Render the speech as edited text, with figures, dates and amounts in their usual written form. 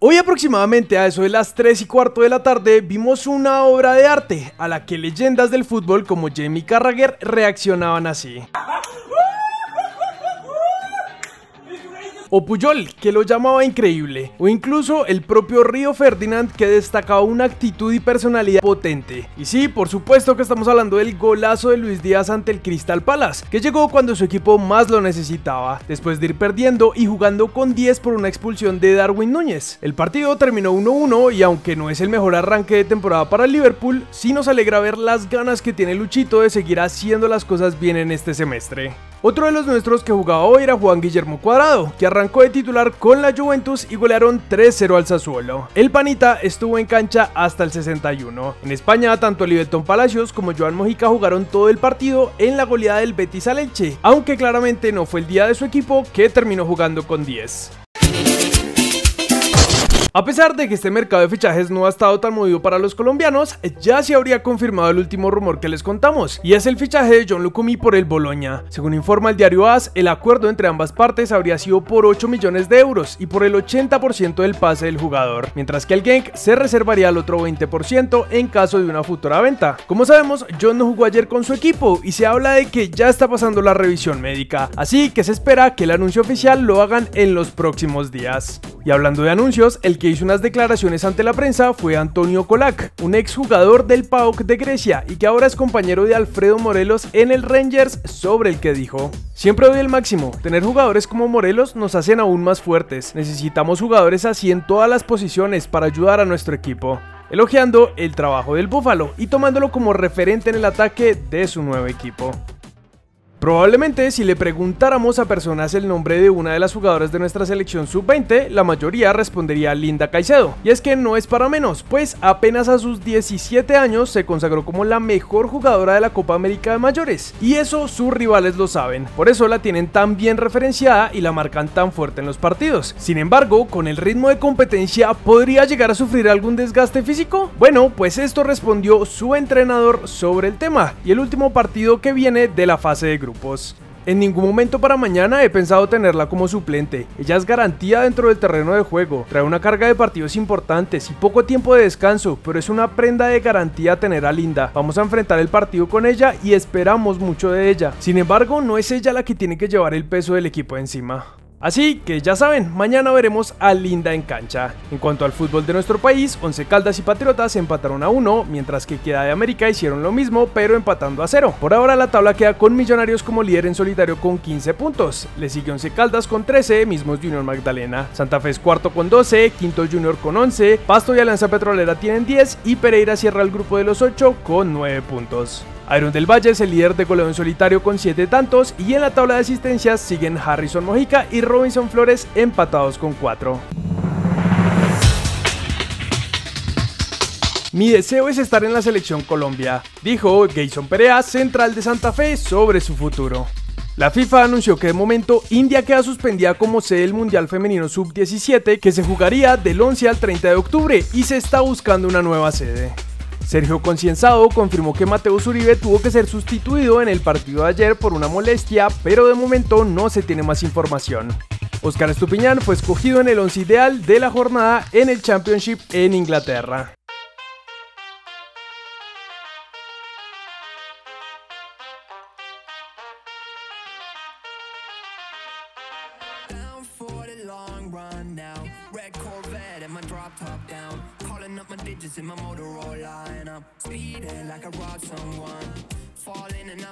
Hoy aproximadamente a eso de las 3:15 de la tarde vimos una obra de arte a la que leyendas del fútbol como Jamie Carragher reaccionaban así. O Puyol, que lo llamaba increíble, o incluso el propio Río Ferdinand, que destacaba una actitud y personalidad potente. Y sí, por supuesto que estamos hablando del golazo de Luis Díaz ante el Crystal Palace, que llegó cuando su equipo más lo necesitaba, después de ir perdiendo y jugando con 10 por una expulsión de Darwin Núñez. El partido terminó 1-1 y aunque no es el mejor arranque de temporada para el Liverpool, sí nos alegra ver las ganas que tiene Luchito de seguir haciendo las cosas bien en este semestre. Otro de los nuestros que jugaba hoy era Juan Guillermo Cuadrado, que arrancó de titular con la Juventus y golearon 3-0 al Sassuolo. El panita estuvo en cancha hasta el 61. En España, tanto Livelton Palacios como Joan Mojica jugaron todo el partido en la goleada del Betis al Elche, aunque claramente no fue el día de su equipo, que terminó jugando con 10. A pesar de que este mercado de fichajes no ha estado tan movido para los colombianos, ya se habría confirmado el último rumor que les contamos, y es el fichaje de John Lucumí por el Bologna. Según informa el diario AS, el acuerdo entre ambas partes habría sido por 8 millones de euros y por el 80% del pase del jugador, mientras que el Genk se reservaría el otro 20% en caso de una futura venta. Como sabemos, John no jugó ayer con su equipo y se habla de que ya está pasando la revisión médica, así que se espera que el anuncio oficial lo hagan en los próximos días. Y hablando de anuncios, el que hizo unas declaraciones ante la prensa fue Antonio Kolak, un exjugador del PAOK de Grecia y que ahora es compañero de Alfredo Morelos en el Rangers, sobre el que dijo: "Siempre doy el máximo, tener jugadores como Morelos nos hacen aún más fuertes, necesitamos jugadores así en todas las posiciones para ayudar a nuestro equipo", elogiando el trabajo del Búfalo y tomándolo como referente en el ataque de su nuevo equipo. Probablemente si le preguntáramos a personas el nombre de una de las jugadoras de nuestra selección sub-20, la mayoría respondería Linda Caicedo. Y es que no es para menos, pues apenas a sus 17 años se consagró como la mejor jugadora de la Copa América de mayores. Y eso sus rivales lo saben, por eso la tienen tan bien referenciada y la marcan tan fuerte en los partidos. Sin embargo, con el ritmo de competencia, ¿podría llegar a sufrir algún desgaste físico? Bueno, pues esto respondió su entrenador sobre el tema, y el último partido que viene de la fase de grupos. En ningún momento para mañana he pensado tenerla como suplente. Ella es garantía dentro del terreno de juego, trae una carga de partidos importantes y poco tiempo de descanso, pero es una prenda de garantía tener a Linda. Vamos a enfrentar el partido con ella y esperamos mucho de ella. Sin embargo, no es ella la que tiene que llevar el peso del equipo encima. Así que ya saben, mañana veremos a Linda en cancha. En cuanto al fútbol de nuestro país, Once Caldas y Patriotas empataron a 1, mientras que Equidad de América hicieron lo mismo, pero empatando a 0. Por ahora la tabla queda con Millonarios como líder en solitario con 15 puntos. Le sigue Once Caldas con 13, mismos Junior Magdalena. Santa Fe es cuarto con 12, quinto Junior con 11, Pasto y Alianza Petrolera tienen 10 y Pereira cierra el grupo de los 8 con 9 puntos. Iron del Valle es el líder de goleo en solitario con 7 tantos y en la tabla de asistencias siguen Harrison Mojica y Robinson Flores empatados con 4. Mi deseo es estar en la selección Colombia, dijo Geyson Perea, central de Santa Fe, sobre su futuro. La FIFA anunció que de momento India queda suspendida como sede del Mundial Femenino Sub-17 que se jugaría del 11 al 30 de octubre y se está buscando una nueva sede. Sergio Concienzado confirmó que Mateus Uribe tuvo que ser sustituido en el partido de ayer por una molestia, pero de momento no se tiene más información. Oscar Estupiñán fue escogido en el 11 ideal de la jornada en el Championship en Inglaterra. My digits in my Motorola and I'm speeding like I robbed someone, falling and I'm